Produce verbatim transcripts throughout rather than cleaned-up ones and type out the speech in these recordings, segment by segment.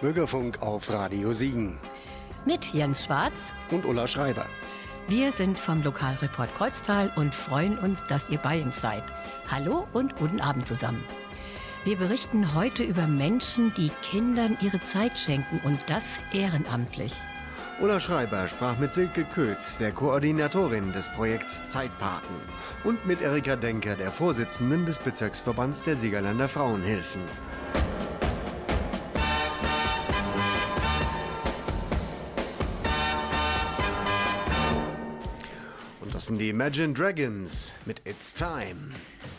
Bürgerfunk auf Radio Siegen. Mit Jens Schwarz und Ulla Schreiber. Wir sind vom Lokalreport Kreuztal und freuen uns, dass ihr bei uns seid. Hallo und guten Abend zusammen. Wir berichten heute über Menschen, die Kindern ihre Zeit schenken und das ehrenamtlich. Ulla Schreiber sprach mit Silke Kötz, der Koordinatorin des Projekts Zeitpaten, und mit Erika Denker, der Vorsitzenden des Bezirksverbands der Siegerländer Frauenhilfen. Und das sind die Imagine Dragons mit It's Time.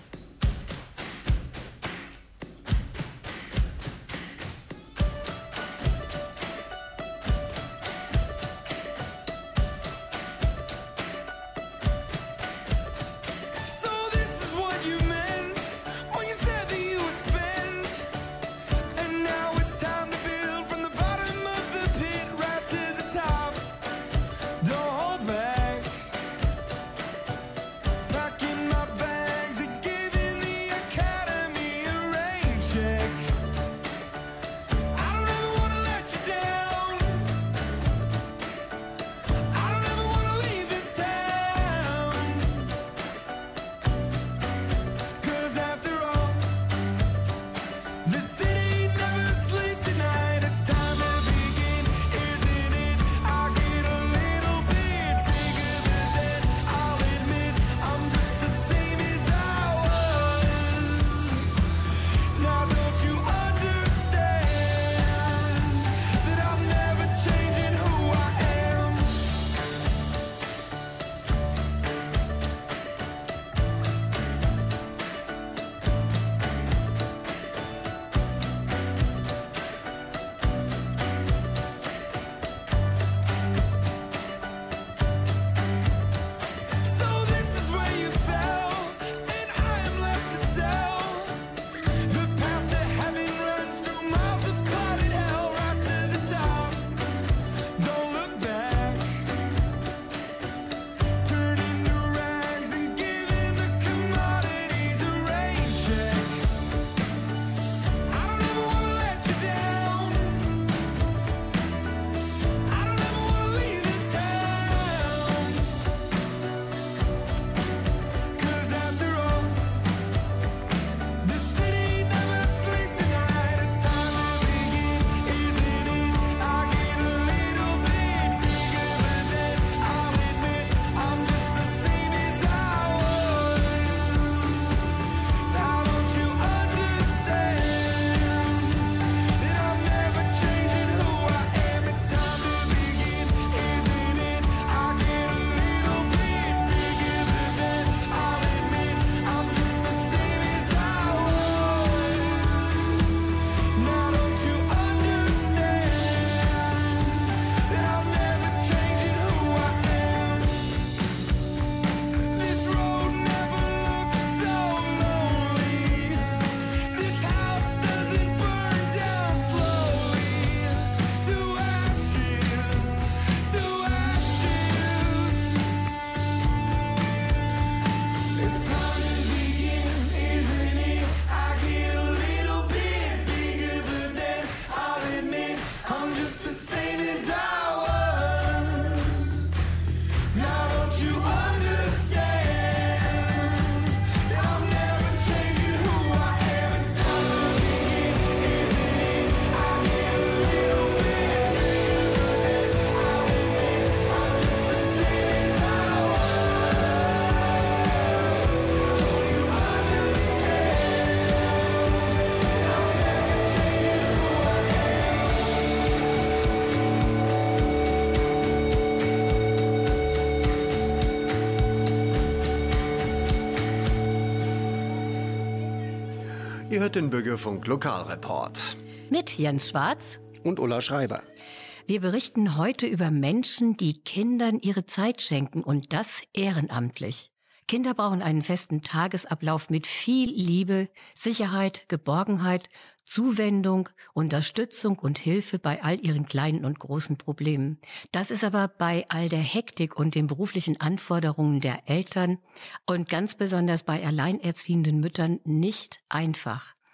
Ihr hört den Bürgerfunk Lokalreport. Mit Jens Schwarz und Ulla Schreiber. Wir berichten heute über Menschen, die Kindern ihre Zeit schenken und das ehrenamtlich. Kinder brauchen einen festen Tagesablauf mit viel Liebe, Sicherheit, Geborgenheit, Zuwendung, Unterstützung und Hilfe bei all ihren kleinen und großen Problemen. Das ist aber bei all der Hektik und den beruflichen Anforderungen der Eltern und ganz besonders bei alleinerziehenden Müttern nicht einfach.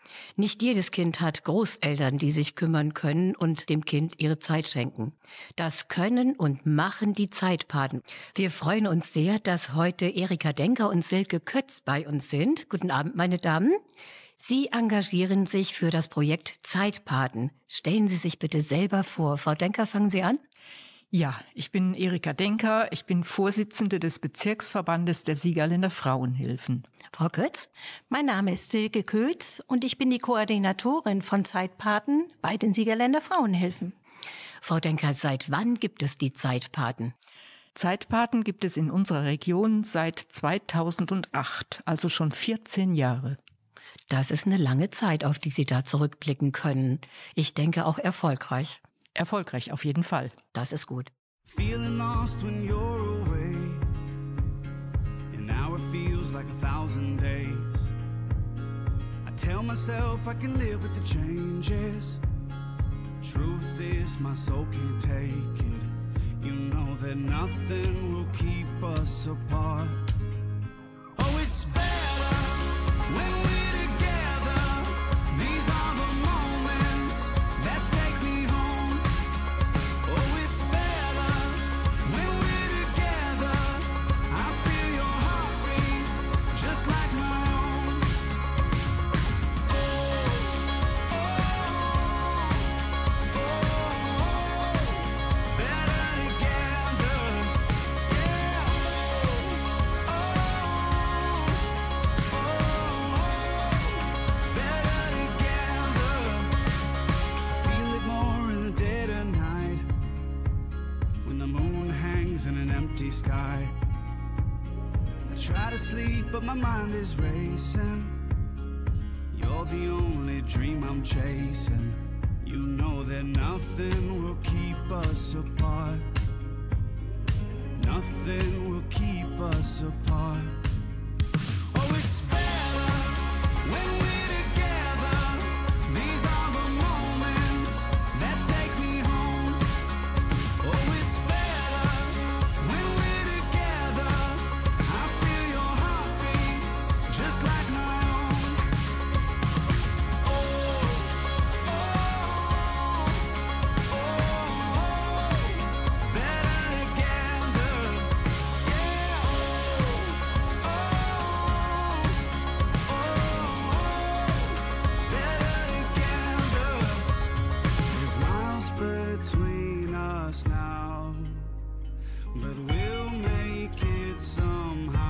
Nicht jedes Kind hat Großeltern, die sich kümmern können und dem Kind ihre Zeit schenken. Das können und machen die Zeitpaten. Wir freuen uns sehr, dass heute Erika Denker und Silke Kötz bei uns sind. Guten Abend, meine Damen. Sie engagieren sich für das Projekt Zeitpaten. Stellen Sie sich bitte selber vor. Frau Denker, fangen Sie an. Ja, ich bin Erika Denker. Ich bin Vorsitzende des Bezirksverbandes der Siegerländer Frauenhilfen. Frau Kötz? Mein Name ist Silke Kötz und ich bin die Koordinatorin von Zeitpaten bei den Siegerländer Frauenhilfen. Frau Denker, seit wann gibt es die Zeitpaten? Zeitpaten gibt es in unserer Region seit zweitausendacht, also schon vierzehn Jahre. Das ist eine lange Zeit, auf die Sie da zurückblicken können. Ich denke auch erfolgreich. Erfolgreich, auf jeden Fall. Das ist gut. Feeling lost when you're away, and now it feels like a thousand days. I tell myself I can live with the changes. Truth is my soul can't take it. You know that nothing will keep us apart. Oh, it's better when we're together. These are the moments that take me home. Oh, it's better when we're together. I feel your heartbeat just like my own. Oh, oh, oh, oh, better together. Yeah. Oh, oh, better together. Feel it more in the dead of night, when the moon hangs in an empty sky. I try to sleep, but my mind is racing. You're the only dream I'm chasing. You know that nothing will keep us apart. Nothing will keep us apart. Oh, it's better when we're together. These are the moments that take me home. Oh, it's better when we're together. I feel your heartbeat just like my own. Oh, oh, oh, better together. Yeah. Oh, oh, better together. There's miles between us now, but we'll make it somehow.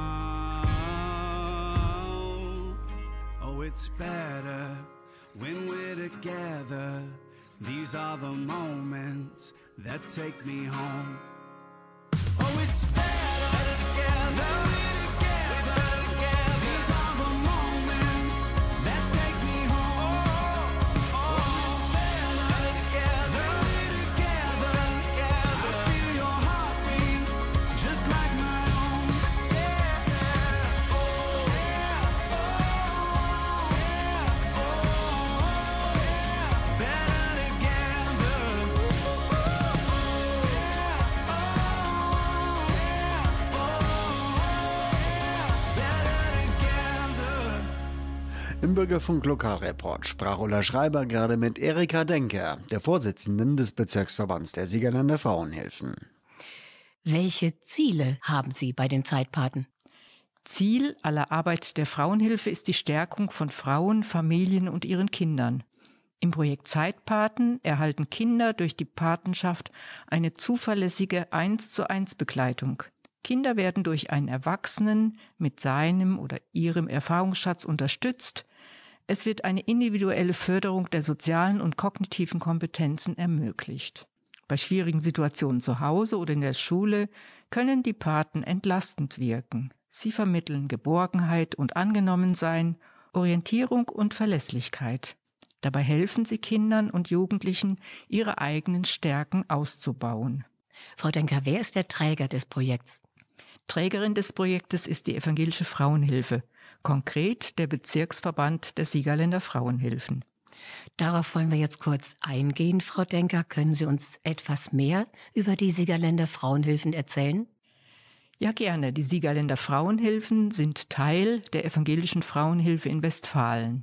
Oh, it's better when we're together. These are the moments that take me home. Oh, it's better together. We're together. These are the moments that take me home. Oh, it's better together. We're together. I feel your heartbeat just like my own. Yeah. Oh, oh, oh, better together. Im Bürgerfunk Lokalreport sprach Ulla Schreiber gerade mit Erika Denker, der Vorsitzenden des Bezirksverbands der Siegerländer Frauenhilfen. Welche Ziele haben Sie bei den Zeitpaten? Ziel aller Arbeit der Frauenhilfe ist die Stärkung von Frauen, Familien und ihren Kindern. Im Projekt Zeitpaten erhalten Kinder durch die Patenschaft eine zuverlässige eins zu eins Begleitung. Kinder werden durch einen Erwachsenen mit seinem oder ihrem Erfahrungsschatz unterstützt. Es wird eine individuelle Förderung der sozialen und kognitiven Kompetenzen ermöglicht. Bei schwierigen Situationen zu Hause oder in der Schule können die Paten entlastend wirken. Sie vermitteln Geborgenheit und Angenommensein, Orientierung und Verlässlichkeit. Dabei helfen sie Kindern und Jugendlichen, ihre eigenen Stärken auszubauen. Frau Denker, wer ist der Träger des Projekts? Trägerin des Projektes ist die Evangelische Frauenhilfe, konkret der Bezirksverband der Siegerländer Frauenhilfen. Darauf wollen wir jetzt kurz eingehen, Frau Denker. Können Sie uns etwas mehr über die Siegerländer Frauenhilfen erzählen? Ja, gerne. Die Siegerländer Frauenhilfen sind Teil der Evangelischen Frauenhilfe in Westfalen,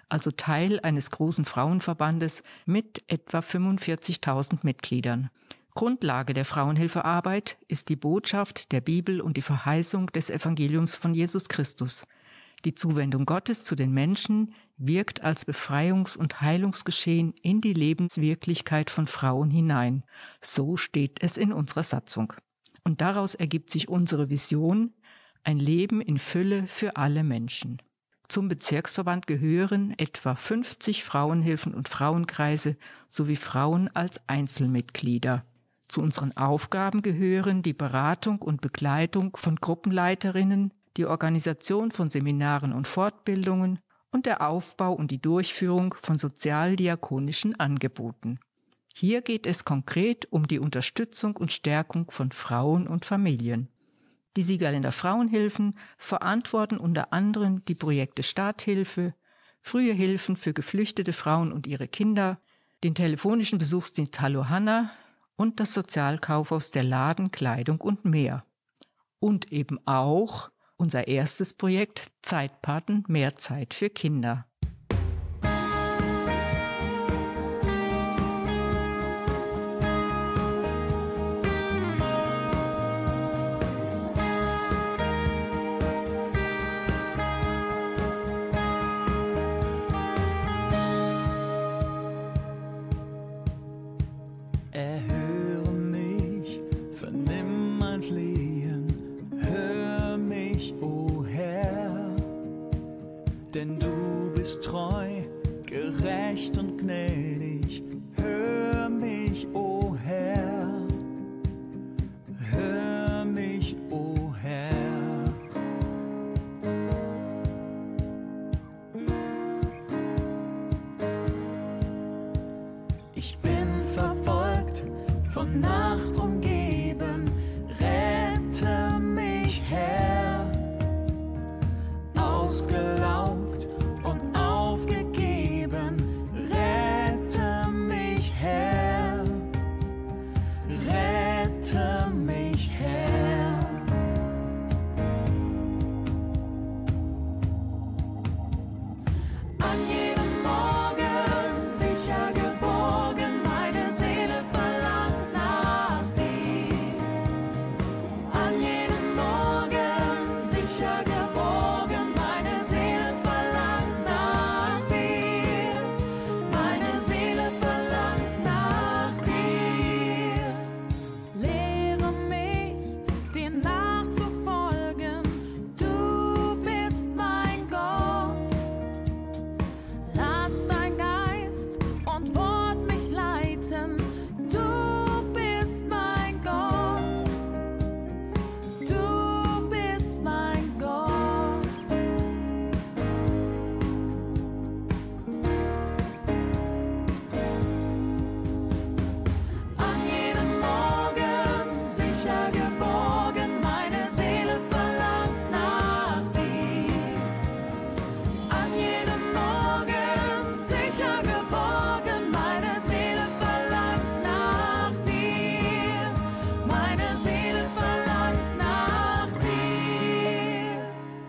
also Teil eines großen Frauenverbandes mit etwa fünfundvierzigtausend Mitgliedern. Grundlage der Frauenhilfearbeit ist die Botschaft der Bibel und die Verheißung des Evangeliums von Jesus Christus. Die Zuwendung Gottes zu den Menschen wirkt als Befreiungs- und Heilungsgeschehen in die Lebenswirklichkeit von Frauen hinein. So steht es in unserer Satzung. Und daraus ergibt sich unsere Vision, ein Leben in Fülle für alle Menschen. Zum Bezirksverband gehören etwa fünfzig Frauenhilfen und Frauenkreise sowie Frauen als Einzelmitglieder. Zu unseren Aufgaben gehören die Beratung und Begleitung von Gruppenleiterinnen, die Organisation von Seminaren und Fortbildungen und der Aufbau und die Durchführung von sozialdiakonischen Angeboten. Hier geht es konkret um die Unterstützung und Stärkung von Frauen und Familien. Die Siegerländer Frauenhilfen verantworten unter anderem die Projekte Starthilfe, frühe Hilfen für geflüchtete Frauen und ihre Kinder, den telefonischen Besuchsdienst Hallo Hanna und das Sozialkaufhaus der Laden, Kleidung und mehr. Und eben auch unser erstes Projekt Zeitpaten, mehr Zeit für Kinder. Erhöre mich, vernimm mein Flehen, hör mich, o Herr, denn du bist treu, gerecht und gnädig. Hör mich, o Herr, hör mich, o Herr. Ich bin verfolgt, von Nacht umgeben, rette mich, Herr. Ausgelaugt und aufgegeben, rette mich, Herr. Rette mich, Herr. An jedem Morgen sicher geborgen, meine Seele verlangt nach dir. An jedem Morgen sicher geborgen, meine Seele verlangt nach dir. Meine Seele verlangt nach dir. Lehre mich, dir nachzufolgen, du bist mein Gott. Lass dein Geist und Wort mich leiten, du bist mein Gott. Du bist mein Gott. An jedem Morgen sicher geborgen, meine Seele verlangt nach dir. An jedem Morgen sicher geborgen, meine Seele verlangt nach dir. Meine Seele verlangt nach dir.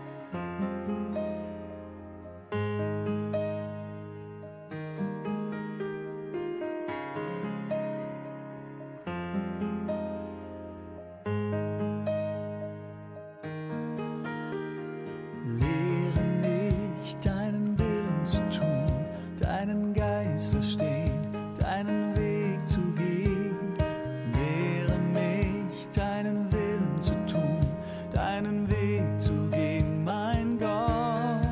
Lehre mich, deinen Willen zu tun, deinen Geist verstehen, deinen Weg zu gehen. Lehre mich, deinen Willen zu tun, deinen Weg zu gehen, mein Gott.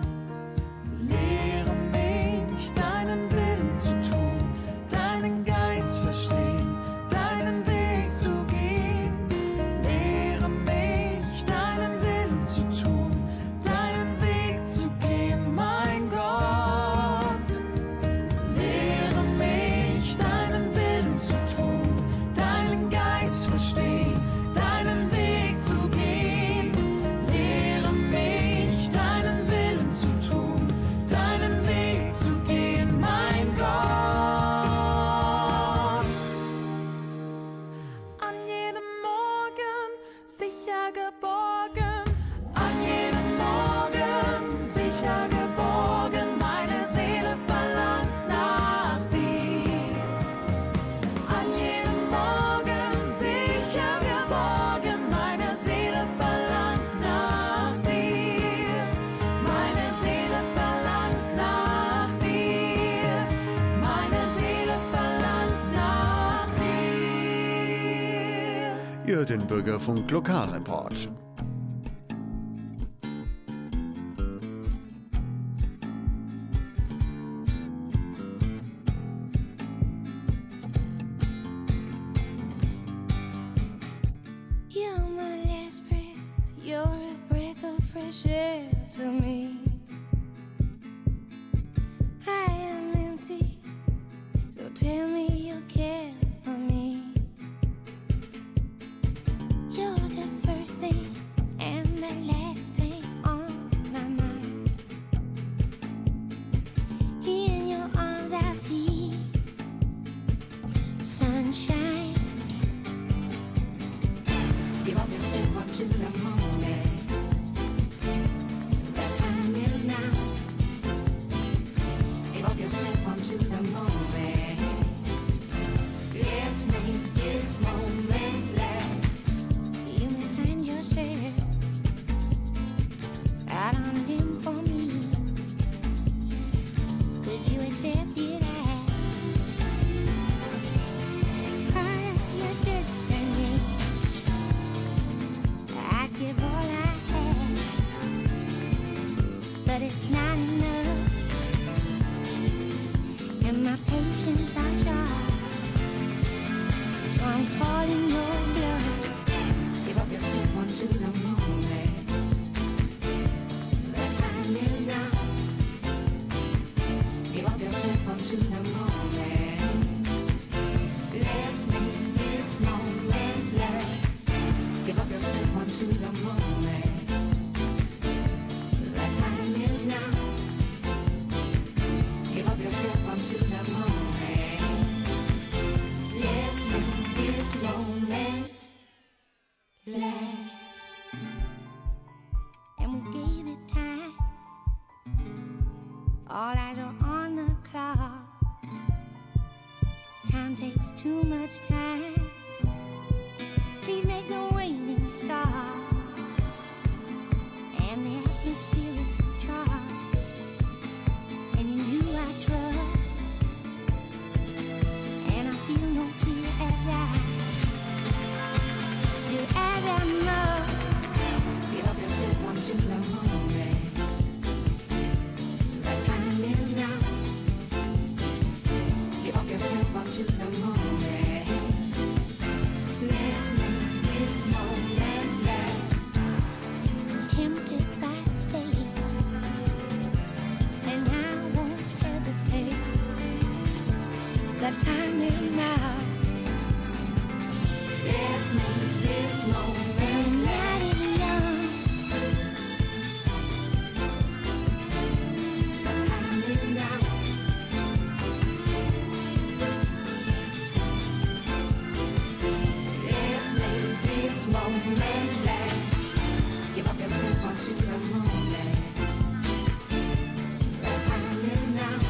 Lehre mich, deinen Willen zu tun, deinen Geist verstehen, deinen Weg zu gehen. Lehre mich, deinen Willen zu tun, deinen Weg zu gehen, mein Gott. Lehre mich, deinen Willen zu tun, deinen Geist verstehen, deinen Weg zu gehen. Lehre mich, deinen Willen zu tun, deinen Weg zu gehen, mein Gott. An jedem Morgen sicher geborgen, an jedem Morgen sicher geborgen, meine den Bürgerfunk Lokalreport. You're my last breath, you're a breath of fresh air to me. I am empty, so tell me you care for me. You're the first thing and the last thing on my mind. In your arms I feel sunshine. Give up yourself unto the moment. The time is now. Give up yourself unto the moment. Let's make this moment last. You may find yourself out on a limb for me. Could you accept it as part of your destiny? I'd give all I have, but it's not enough, and my patience are short, so I'm calling your bluff. Give up yourself unto the moment. The time is now. Give up yourself unto the moment. Let's make this moment last. Give up yourself unto the moment. The time is now. Give up yourself unto the moment. Let's make this moment last. And we gave it time. All eyes are on the clock. Time takes too much time. Please make the waiting stop. And the atmosphere is charged. And in you I trust. And I feel no fear as I do as I must. Give up yourself unto the moment. The time is now. Give up yourself unto the moment. Let's make this moment last. Tempted by fate, and I won't hesitate. The time is now. Let's make this moment last. The night is young. The time is now. Let's make this moment last. Give up yourself unto the moment. The time is now.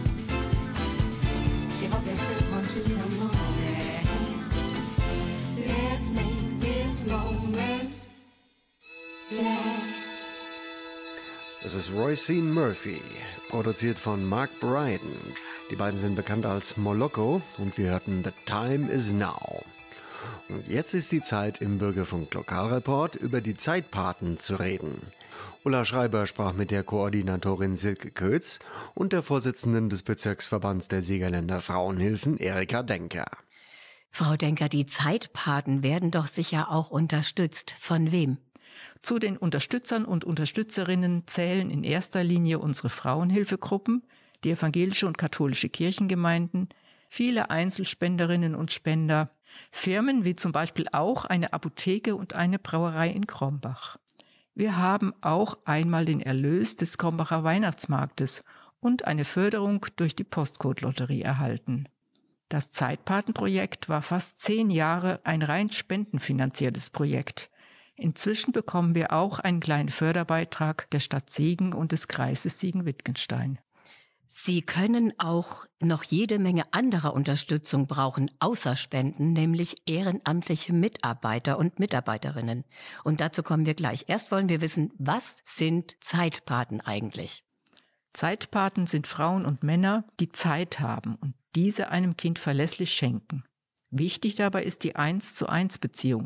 Give up yourself unto the moment. Let's make this moment last. Das ist Roisin Murphy, produziert von Mark Bryden. Die beiden sind bekannt als Moloko und wir hörten The Time Is Now. Und jetzt ist die Zeit, im Bürgerfunk Lokalreport über die Zeitpaten zu reden. Ulla Schreiber sprach mit der Koordinatorin Silke Kötz und der Vorsitzenden des Bezirksverbands der Siegerländer Frauenhilfen, Erika Denker. Frau Denker, die Zeitpaten werden doch sicher auch unterstützt. Von wem? Zu den Unterstützern und Unterstützerinnen zählen in erster Linie unsere Frauenhilfegruppen, die evangelische und katholische Kirchengemeinden, viele Einzelspenderinnen und Spender, Firmen wie zum Beispiel auch eine Apotheke und eine Brauerei in Krombach. Wir haben auch einmal den Erlös des Krombacher Weihnachtsmarktes und eine Förderung durch die Postcode-Lotterie erhalten. Das Zeitpatenprojekt war fast zehn Jahre ein rein spendenfinanziertes Projekt. Inzwischen bekommen wir auch einen kleinen Förderbeitrag der Stadt Siegen und des Kreises Siegen-Wittgenstein. Sie können auch noch jede Menge anderer Unterstützung brauchen, außer Spenden, nämlich ehrenamtliche Mitarbeiter und Mitarbeiterinnen. Und dazu kommen wir gleich. Erst wollen wir wissen, was sind Zeitpaten eigentlich? Zeitpaten sind Frauen und Männer, die Zeit haben und diese einem Kind verlässlich schenken. Wichtig dabei ist die eins zu eins Beziehung.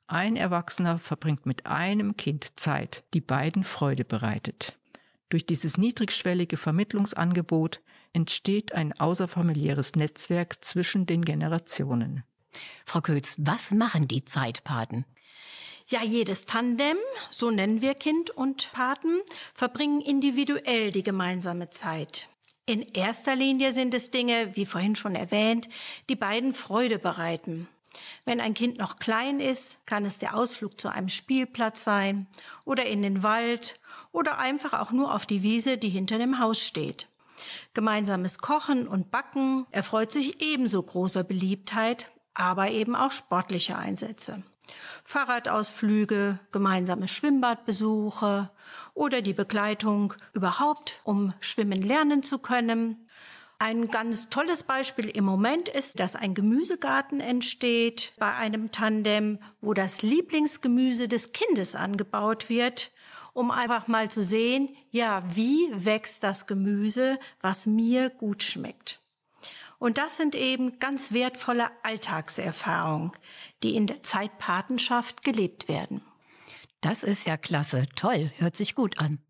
Ein Erwachsener verbringt mit einem Kind Zeit, die beiden Freude bereitet. Durch dieses niedrigschwellige Vermittlungsangebot entsteht ein außerfamiliäres Netzwerk zwischen den Generationen. Frau Kötz, was machen die Zeitpaten? Ja, jedes Tandem, so nennen wir Kind und Paten, verbringen individuell die gemeinsame Zeit. In erster Linie sind es Dinge, wie vorhin schon erwähnt, die beiden Freude bereiten. Wenn ein Kind noch klein ist, kann es der Ausflug zu einem Spielplatz sein oder in den Wald oder einfach auch nur auf die Wiese, die hinter dem Haus steht. Gemeinsames Kochen und Backen erfreut sich ebenso großer Beliebtheit, aber eben auch sportliche Einsätze. Fahrradausflüge, gemeinsame Schwimmbadbesuche oder die Begleitung überhaupt, um schwimmen lernen zu können. Ein ganz tolles Beispiel im Moment ist, dass ein Gemüsegarten entsteht bei einem Tandem, wo das Lieblingsgemüse des Kindes angebaut wird, um einfach mal zu sehen, ja, wie wächst das Gemüse, was mir gut schmeckt. Und das sind eben ganz wertvolle Alltagserfahrungen, die in der Zeitpatenschaft gelebt werden. Das ist ja klasse, toll, hört sich gut an.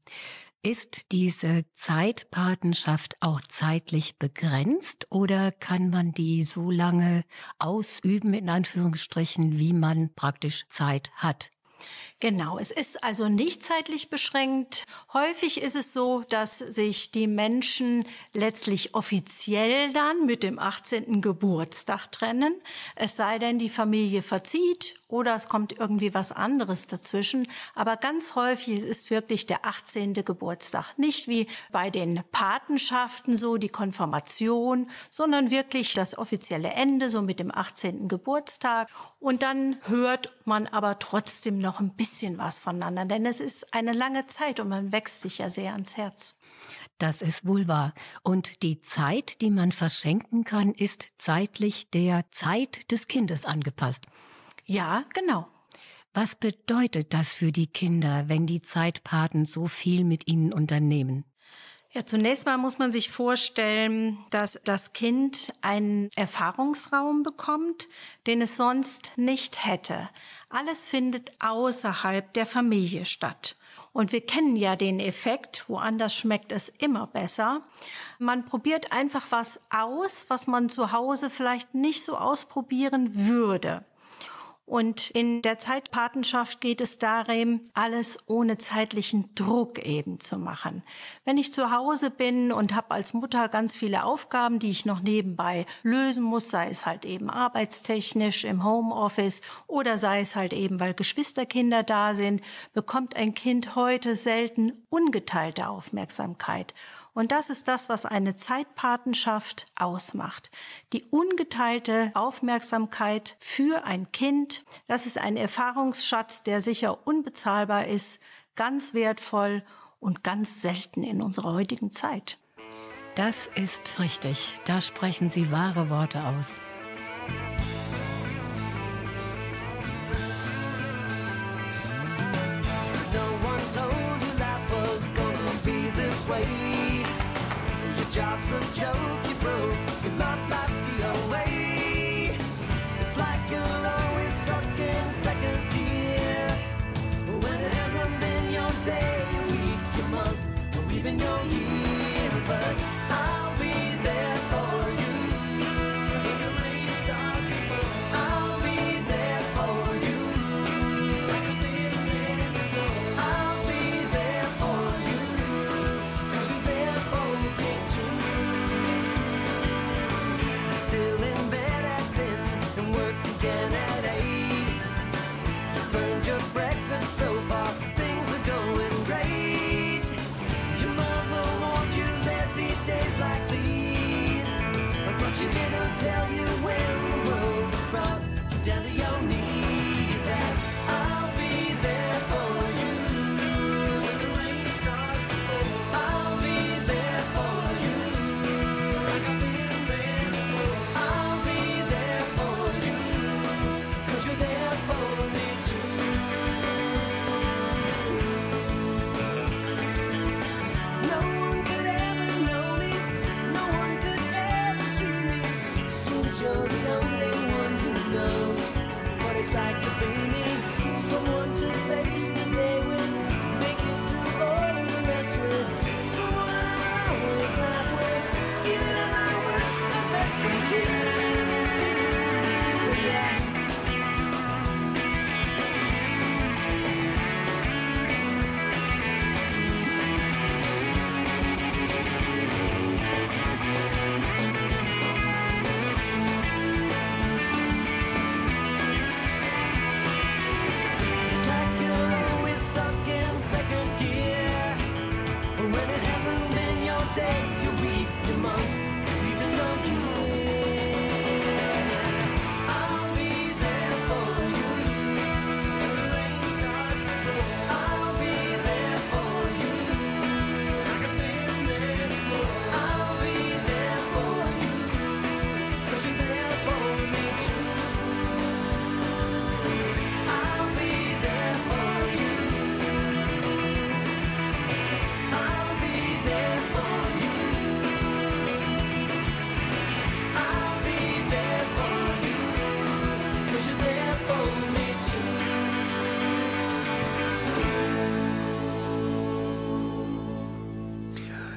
Ist diese Zeitpatenschaft auch zeitlich begrenzt oder kann man die so lange ausüben, in Anführungsstrichen, wie man praktisch Zeit hat? Genau, es ist also nicht zeitlich beschränkt. Häufig ist es so, dass sich die Menschen letztlich offiziell dann mit dem achtzehnten Geburtstag trennen. Es sei denn, die Familie verzieht oder es kommt irgendwie was anderes dazwischen. Aber ganz häufig ist wirklich der achtzehnte Geburtstag. Nicht wie bei den Patenschaften so, die Konfirmation, sondern wirklich das offizielle Ende, so mit dem achtzehnten Geburtstag. Und dann hört man aber trotzdem noch ein bisschen was voneinander, denn es ist eine lange Zeit und man wächst sich ja sehr ans Herz. Das ist wohl wahr. Und die Zeit, die man verschenken kann, ist zeitlich der Zeit des Kindes angepasst. Ja, genau. Was bedeutet das für die Kinder, wenn die Zeitpaten so viel mit ihnen unternehmen? Ja, zunächst mal muss man sich vorstellen, dass das Kind einen Erfahrungsraum bekommt, den es sonst nicht hätte. Alles findet außerhalb der Familie statt. Und wir kennen ja den Effekt, woanders schmeckt es immer besser. Man probiert einfach was aus, was man zu Hause vielleicht nicht so ausprobieren würde. Und in der Zeitpatenschaft geht es darum, alles ohne zeitlichen Druck eben zu machen. Wenn ich zu Hause bin und habe als Mutter ganz viele Aufgaben, die ich noch nebenbei lösen muss, sei es halt eben arbeitstechnisch im Homeoffice oder sei es halt eben, weil Geschwisterkinder da sind, bekommt ein Kind heute selten ungeteilte Aufmerksamkeit. Und das ist das, was eine Zeitpatenschaft ausmacht. Die ungeteilte Aufmerksamkeit für ein Kind, das ist ein Erfahrungsschatz, der sicher unbezahlbar ist, ganz wertvoll und ganz selten in unserer heutigen Zeit. Das ist richtig. Da sprechen Sie wahre Worte aus. Job's a joke, you broke, your love life's the away. It's like you're always stuck in second gear, when it hasn't been your day, your week, your month, or even your year. But I'll be there for you when the rain starts to fall. I'll be there for you like I've been there before. I'll be there for you 'cause you're there for me too.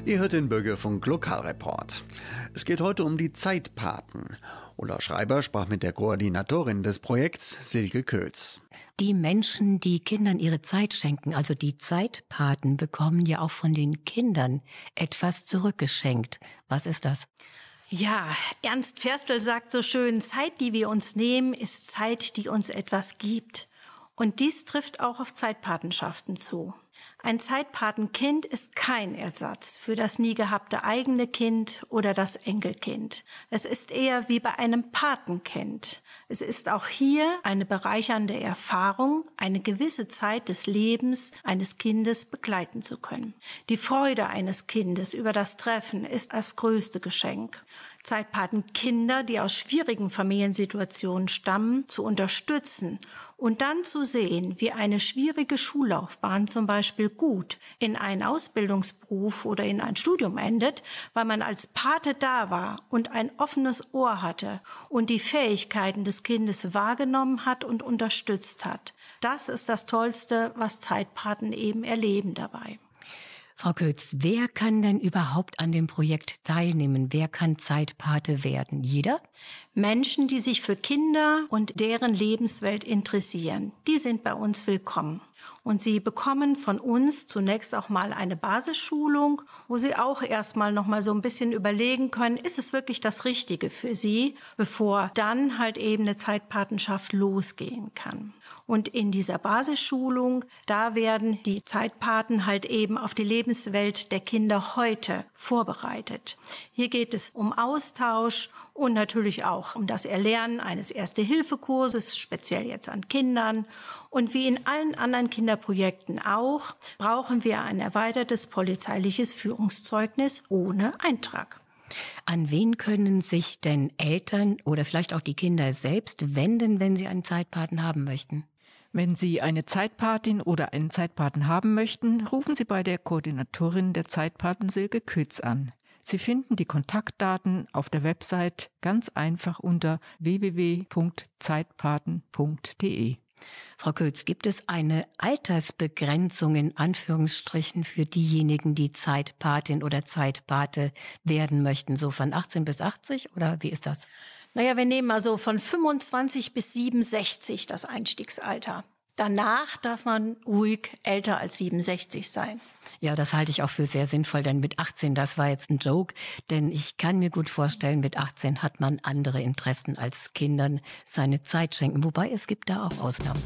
Ihr hört den Bürgerfunk Lokalreport. Es geht heute um die Zeitpaten. Ulla Schreiber sprach mit der Koordinatorin des Projekts, Silke Kötz. Die Menschen, die Kindern ihre Zeit schenken, also die Zeitpaten, bekommen ja auch von den Kindern etwas zurückgeschenkt. Was ist das? Ja, Ernst Ferstel sagt so schön, Zeit, die wir uns nehmen, ist Zeit, die uns etwas gibt. Und dies trifft auch auf Zeitpatenschaften zu. Ein Zeitpatenkind ist kein Ersatz für das nie gehabte eigene Kind oder das Enkelkind. Es ist eher wie bei einem Patenkind. Es ist auch hier eine bereichernde Erfahrung, eine gewisse Zeit des Lebens eines Kindes begleiten zu können. Die Freude eines Kindes über das Treffen ist das größte Geschenk. Zeitpatenkinder, die aus schwierigen Familiensituationen stammen, zu unterstützen und dann zu sehen, wie eine schwierige Schullaufbahn zum Beispiel gut in einen Ausbildungsberuf oder in ein Studium endet, weil man als Pate da war und ein offenes Ohr hatte und die Fähigkeiten des Kindes wahrgenommen hat und unterstützt hat. Das ist das Tollste, was Zeitpaten eben erleben dabei. Frau Kötz, wer kann denn überhaupt an dem Projekt teilnehmen? Wer kann Zeitpate werden? Jeder? Menschen, die sich für Kinder und deren Lebenswelt interessieren, die sind bei uns willkommen. Und sie bekommen von uns zunächst auch mal eine Basisschulung, wo sie auch erstmal noch mal so ein bisschen überlegen können, ist es wirklich das Richtige für sie, bevor dann halt eben eine Zeitpatenschaft losgehen kann. Und in dieser Basisschulung, da werden die Zeitpaten halt eben auf die Lebenswelt der Kinder heute vorbereitet. Hier geht es um Austausch und natürlich auch um das Erlernen eines Erste-Hilfe-Kurses, speziell jetzt an Kindern. Und wie in allen anderen Kinderprojekten auch, brauchen wir ein erweitertes polizeiliches Führungszeugnis ohne Eintrag. An wen können sich denn Eltern oder vielleicht auch die Kinder selbst wenden, wenn sie einen Zeitpaten haben möchten? Wenn Sie eine Zeitpatin oder einen Zeitpaten haben möchten, rufen Sie bei der Koordinatorin der Zeitpaten Silke Kötz an. Sie finden die Kontaktdaten auf der Website ganz einfach unter w w w punkt zeitpaten punkt d e. Frau Kötz, gibt es eine Altersbegrenzung in Anführungsstrichen für diejenigen, die Zeitpatin oder Zeitpate werden möchten, so von achtzehn bis achtzig oder wie ist das? Naja, wir nehmen also von fünfundzwanzig bis siebenundsechzig das Einstiegsalter. Danach darf man ruhig älter als siebenundsechzig sein. Ja, das halte ich auch für sehr sinnvoll, denn mit achtzehn, das war jetzt ein Joke, denn ich kann mir gut vorstellen, mit achtzehn hat man andere Interessen als Kindern seine Zeit schenken, wobei es gibt da auch Ausnahmen.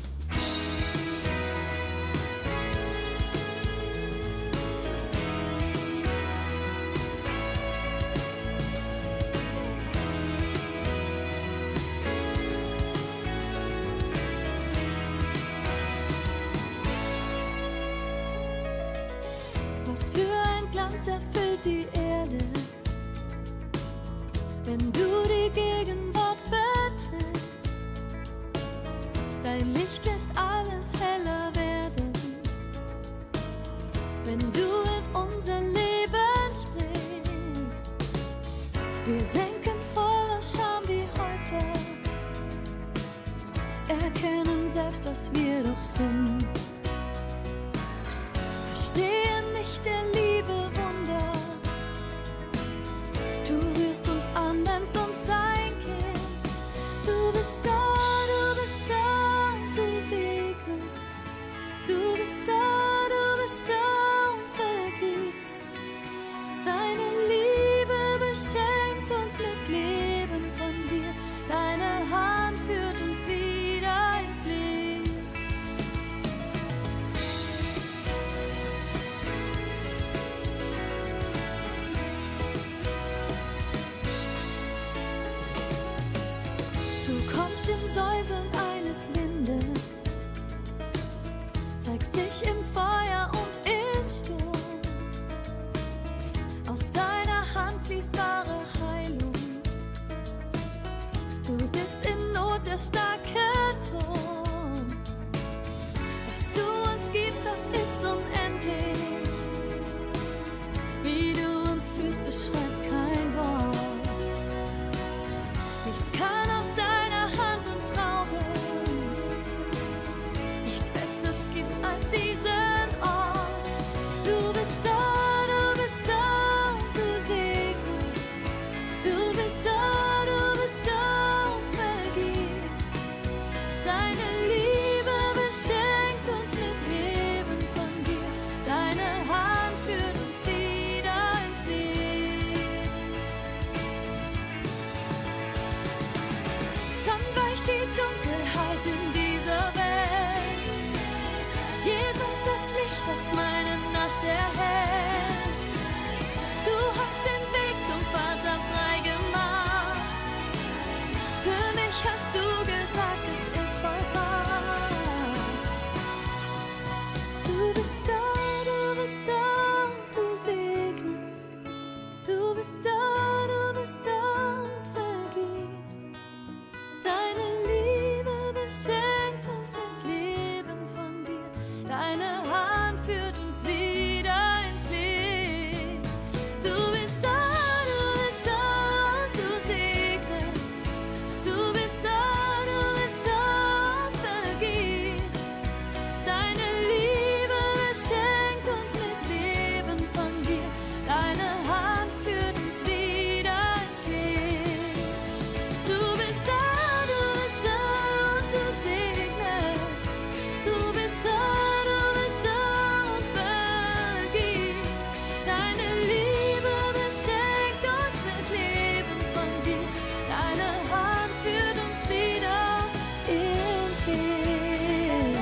Was für ein Glanz erfüllt die Erde, wenn du die Gegenwart betrittst. Dein Licht lässt alles heller werden, wenn du in unser Leben sprichst. Wir senken voller Scham die Häupter, erkennen selbst, was wir doch sind. Verstehen nicht der Liebe Wunder. Du rührst uns an, nennst uns dein Kind. Du bist da, du bist da, du segnest. Du bist da, du bist da und vergibst. Deine Liebe beschenkt uns mit Leben von dir. Deine Hand führt uns wieder ins Licht. Du kommst im Säuseln eines Windes, zeigst dich im Feuer und im Sturm. Aus deiner Hand fließt wahre Heilung. Du bist in Not der starke Turm. Was du uns gibst, das ist unendlich. Wie du uns fühlst, beschreibt kein Wort. Nichts kann aus deiner Hand uns rauben. Nichts Besseres gibt's als diesen Ort. Du bist da, du bist da, bist da, du bist da, du segnest. Du bist da, du bist da und vergibst. Deine Liebe beschenkt uns mit Leben von dir. Deine Hand führt uns wieder ins Licht. Du bist da, du bist da und du segnest. Du bist da, du bist da und vergibst. Deine Liebe beschenkt uns mit Leben von dir. Deine Hand führt uns wieder ins Licht. Du bist da, du bist da und du segnest. Du bist da, du bist da und vergibst. Deine Liebe beschenkt uns mit Leben von dir. Deine Hand führt uns wieder ins Licht.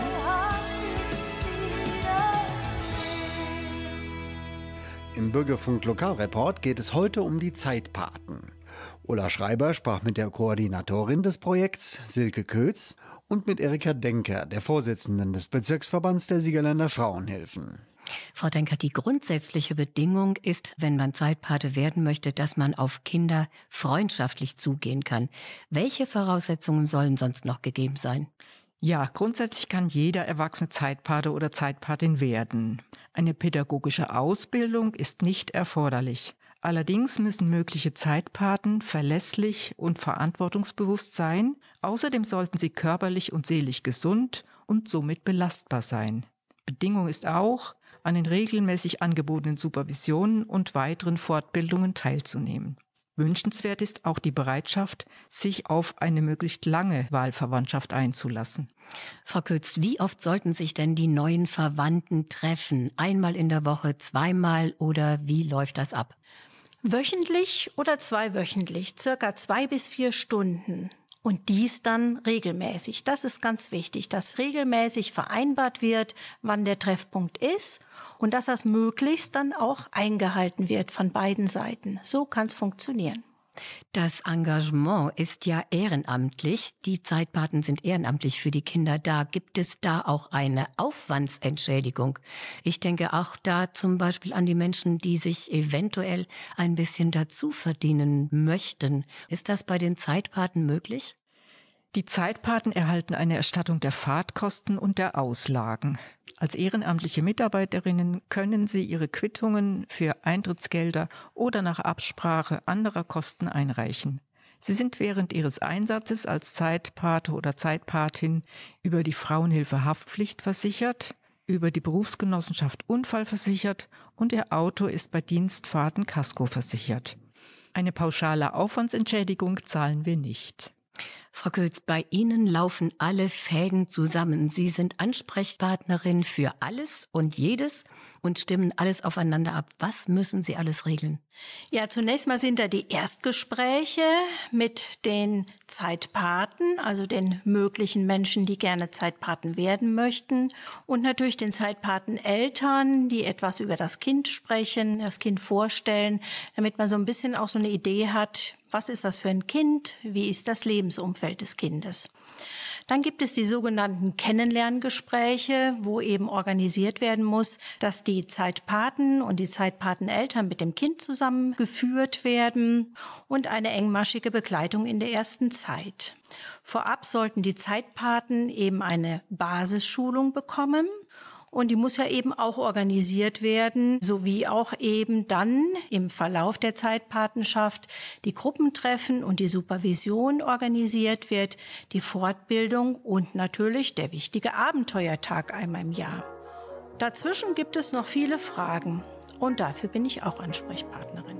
Im Bürgerfunk Lokalreport geht es heute um die Zeitpaten. Ulla Schreiber sprach mit der Koordinatorin des Projekts, Silke Kötz, und mit Erika Denker, der Vorsitzenden des Bezirksverbands der Siegerländer Frauenhilfen. Frau Denker, die grundsätzliche Bedingung ist, wenn man Zeitpate werden möchte, dass man auf Kinder freundschaftlich zugehen kann. Welche Voraussetzungen sollen sonst noch gegeben sein? Ja, grundsätzlich kann jeder erwachsene Zeitpate oder Zeitpatin werden. Eine pädagogische Ausbildung ist nicht erforderlich. Allerdings müssen mögliche Zeitpaten verlässlich und verantwortungsbewusst sein. Außerdem sollten sie körperlich und seelisch gesund und somit belastbar sein. Bedingung ist auch, an den regelmäßig angebotenen Supervisionen und weiteren Fortbildungen teilzunehmen. Wünschenswert ist auch die Bereitschaft, sich auf eine möglichst lange Wahlverwandtschaft einzulassen. Frau Kötz, wie oft sollten sich denn die neuen Verwandten treffen? Einmal in der Woche, zweimal oder wie läuft das ab? Wöchentlich oder zweiwöchentlich, circa zwei bis vier Stunden. Und dies dann regelmäßig. Das ist ganz wichtig, dass regelmäßig vereinbart wird, wann der Treffpunkt ist und dass das möglichst dann auch eingehalten wird von beiden Seiten. So kann es funktionieren. Das Engagement ist ja ehrenamtlich. Die Zeitpaten sind ehrenamtlich für die Kinder da. Gibt es da auch eine Aufwandsentschädigung? Ich denke auch da zum Beispiel an die Menschen, die sich eventuell ein bisschen dazu verdienen möchten. Ist das bei den Zeitpaten möglich? Die Zeitpaten erhalten eine Erstattung der Fahrtkosten und der Auslagen. Als ehrenamtliche Mitarbeiterinnen können sie ihre Quittungen für Eintrittsgelder oder nach Absprache anderer Kosten einreichen. Sie sind während ihres Einsatzes als Zeitpate oder Zeitpatin über die Frauenhilfe Haftpflicht versichert, über die Berufsgenossenschaft Unfall versichert und ihr Auto ist bei Dienstfahrten Kasko versichert. Eine pauschale Aufwandsentschädigung zahlen wir nicht. Frau Kötz, bei Ihnen laufen alle Fäden zusammen. Sie sind Ansprechpartnerin für alles und jedes und stimmen alles aufeinander ab. Was müssen Sie alles regeln? Ja, zunächst mal sind da die Erstgespräche mit den Zeitpaten, also den möglichen Menschen, die gerne Zeitpaten werden möchten, und natürlich den Zeitpateneltern, die etwas über das Kind sprechen, das Kind vorstellen, damit man so ein bisschen auch so eine Idee hat, was ist das für ein Kind, wie ist das Lebensumfeld des Kindes. Dann gibt es die sogenannten Kennenlerngespräche, wo eben organisiert werden muss, dass die Zeitpaten und die Zeitpateneltern mit dem Kind zusammengeführt werden und eine engmaschige Begleitung in der ersten Zeit. Vorab sollten die Zeitpaten eben eine Basisschulung bekommen. Und die muss ja eben auch organisiert werden, sowie auch eben dann im Verlauf der Zeitpatenschaft die Gruppentreffen und die Supervision organisiert wird, die Fortbildung und natürlich der wichtige Abenteuertag einmal im Jahr. Dazwischen gibt es noch viele Fragen und dafür bin ich auch Ansprechpartnerin.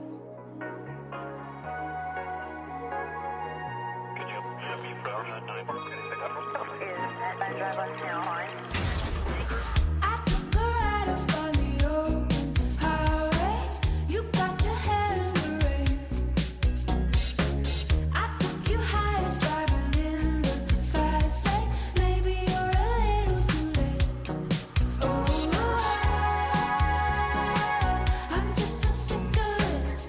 I'm just a single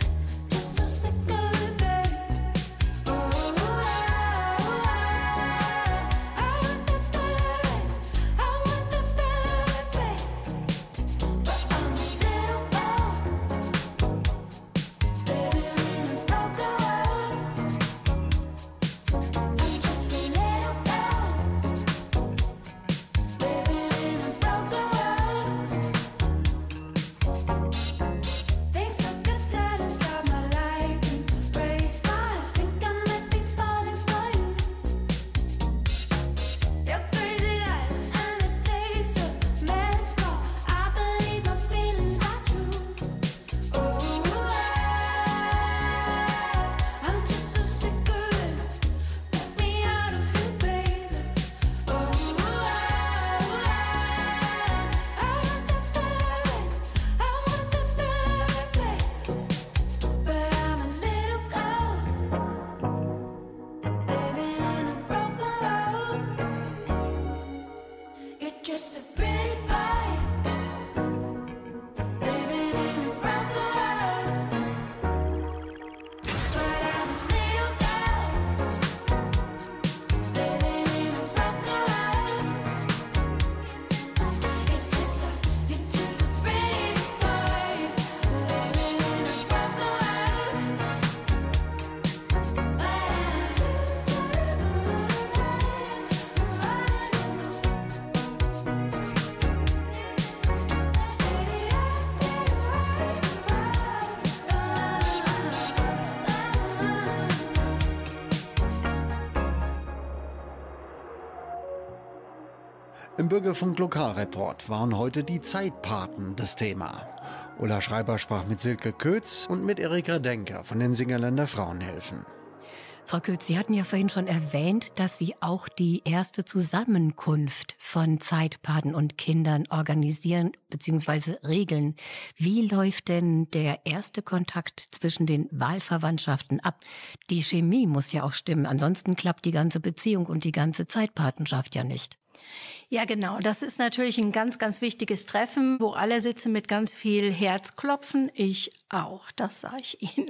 Im Bürgerfunk Lokalreport waren heute die Zeitpaten das Thema. Ulla Schreiber sprach mit Silke Kötz und mit Erika Denker von den Singerländer Frauenhilfen. Frau Kötz, Sie hatten ja vorhin schon erwähnt, dass Sie auch die erste Zusammenkunft von Zeitpaten und Kindern organisieren bzw. regeln. Wie läuft denn der erste Kontakt zwischen den Wahlverwandtschaften ab? Die Chemie muss ja auch stimmen, ansonsten klappt die ganze Beziehung und die ganze Zeitpatenschaft ja nicht. Ja, genau. Das ist natürlich ein ganz, ganz wichtiges Treffen, wo alle sitzen mit ganz viel Herzklopfen. Ich auch, das sage ich Ihnen.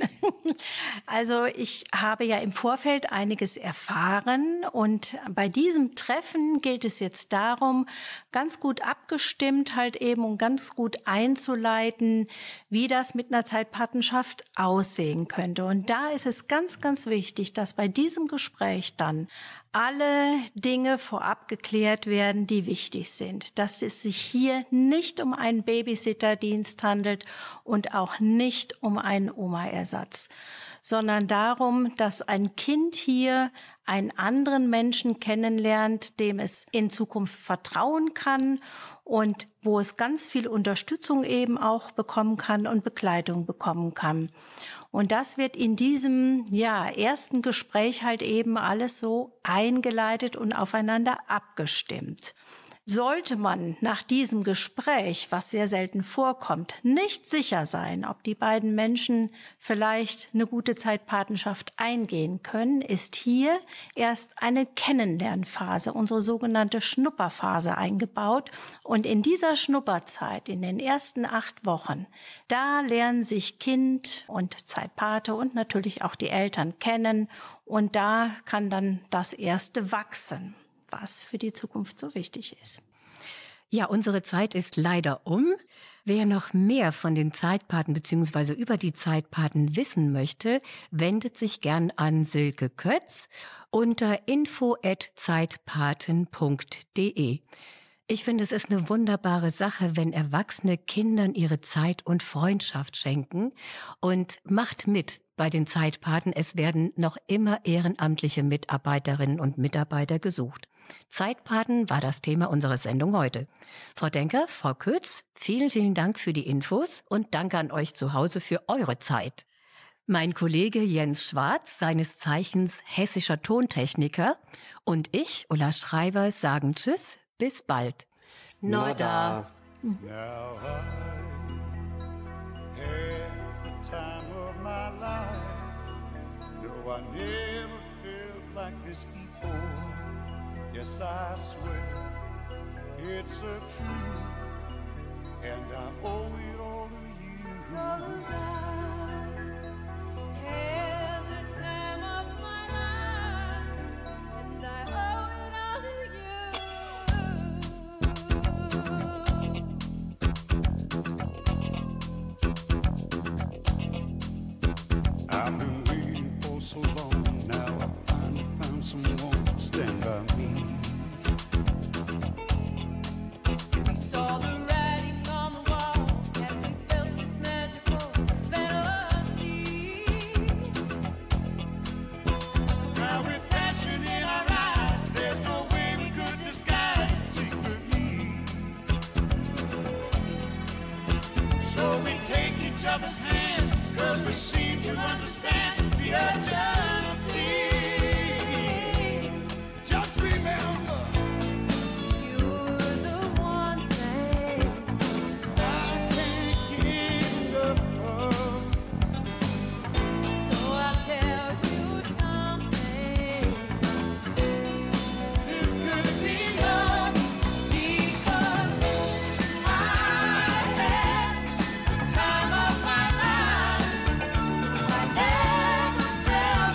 Also ich habe ja im Vorfeld einiges erfahren und bei diesem Treffen gilt es jetzt darum, ganz gut abgestimmt halt eben und ganz gut einzuleiten, wie das mit einer Zeitpatenschaft aussehen könnte. Und da ist es ganz, ganz wichtig, dass bei diesem Gespräch dann alle Dinge vorab geklärt werden, die wichtig sind. Dass es sich hier nicht um einen Babysitterdienst handelt und auch nicht um einen Oma-Ersatz, sondern darum, dass ein Kind hier einen anderen Menschen kennenlernt, dem es in Zukunft vertrauen kann und wo es ganz viel Unterstützung eben auch bekommen kann und Begleitung bekommen kann. Und das wird in diesem ja, ersten Gespräch halt eben alles so eingeleitet und aufeinander abgestimmt. Sollte man nach diesem Gespräch, was sehr selten vorkommt, nicht sicher sein, ob die beiden Menschen vielleicht eine gute Zeitpatenschaft eingehen können, ist hier erst eine Kennenlernphase, unsere sogenannte Schnupperphase eingebaut. Und in dieser Schnupperzeit, in den ersten acht Wochen, da lernen sich Kind und Zeitpate und natürlich auch die Eltern kennen. Und da kann dann das Erste wachsen, was für die Zukunft so wichtig ist. Ja, unsere Zeit ist leider um. Wer noch mehr von den Zeitpaten bzw. über die Zeitpaten wissen möchte, wendet sich gern an Silke Kötz unter info at zeitpaten punkt de. Ich finde, es ist eine wunderbare Sache, wenn Erwachsene Kindern ihre Zeit und Freundschaft schenken, und macht mit bei den Zeitpaten. Es werden noch immer ehrenamtliche Mitarbeiterinnen und Mitarbeiter gesucht. Zeitpaten war das Thema unserer Sendung heute. Frau Denker, Frau Kötz, vielen, vielen Dank für die Infos und danke an euch zu Hause für eure Zeit. Mein Kollege Jens Schwarz, seines Zeichens hessischer Tontechniker, und ich, Ulla Schreiber, sagen Tschüss, bis bald. Nada. Now I had the time of my life. No, I never felt like this before. Yes, I swear it's a truth, and I owe it all to you. 'Cause I had the time of my life, and I owe it all to you. I've been waiting for so long now. I finally found someone to stand by me. We saw the writing on the wall as we felt this magical fantasy. Now with passion in our eyes, there's no way we could disguise it secretly. So we take each other's hand, 'cause we seem to understand the urgency. Just remember, you're the one thing I can't get enough. So I'll tell you something. This could be love, because I had the time of my life. I never felt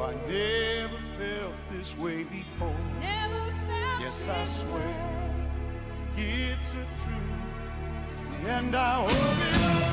I never felt this way before. Never felt Yes, I this swear way. it's a truth, and I hope it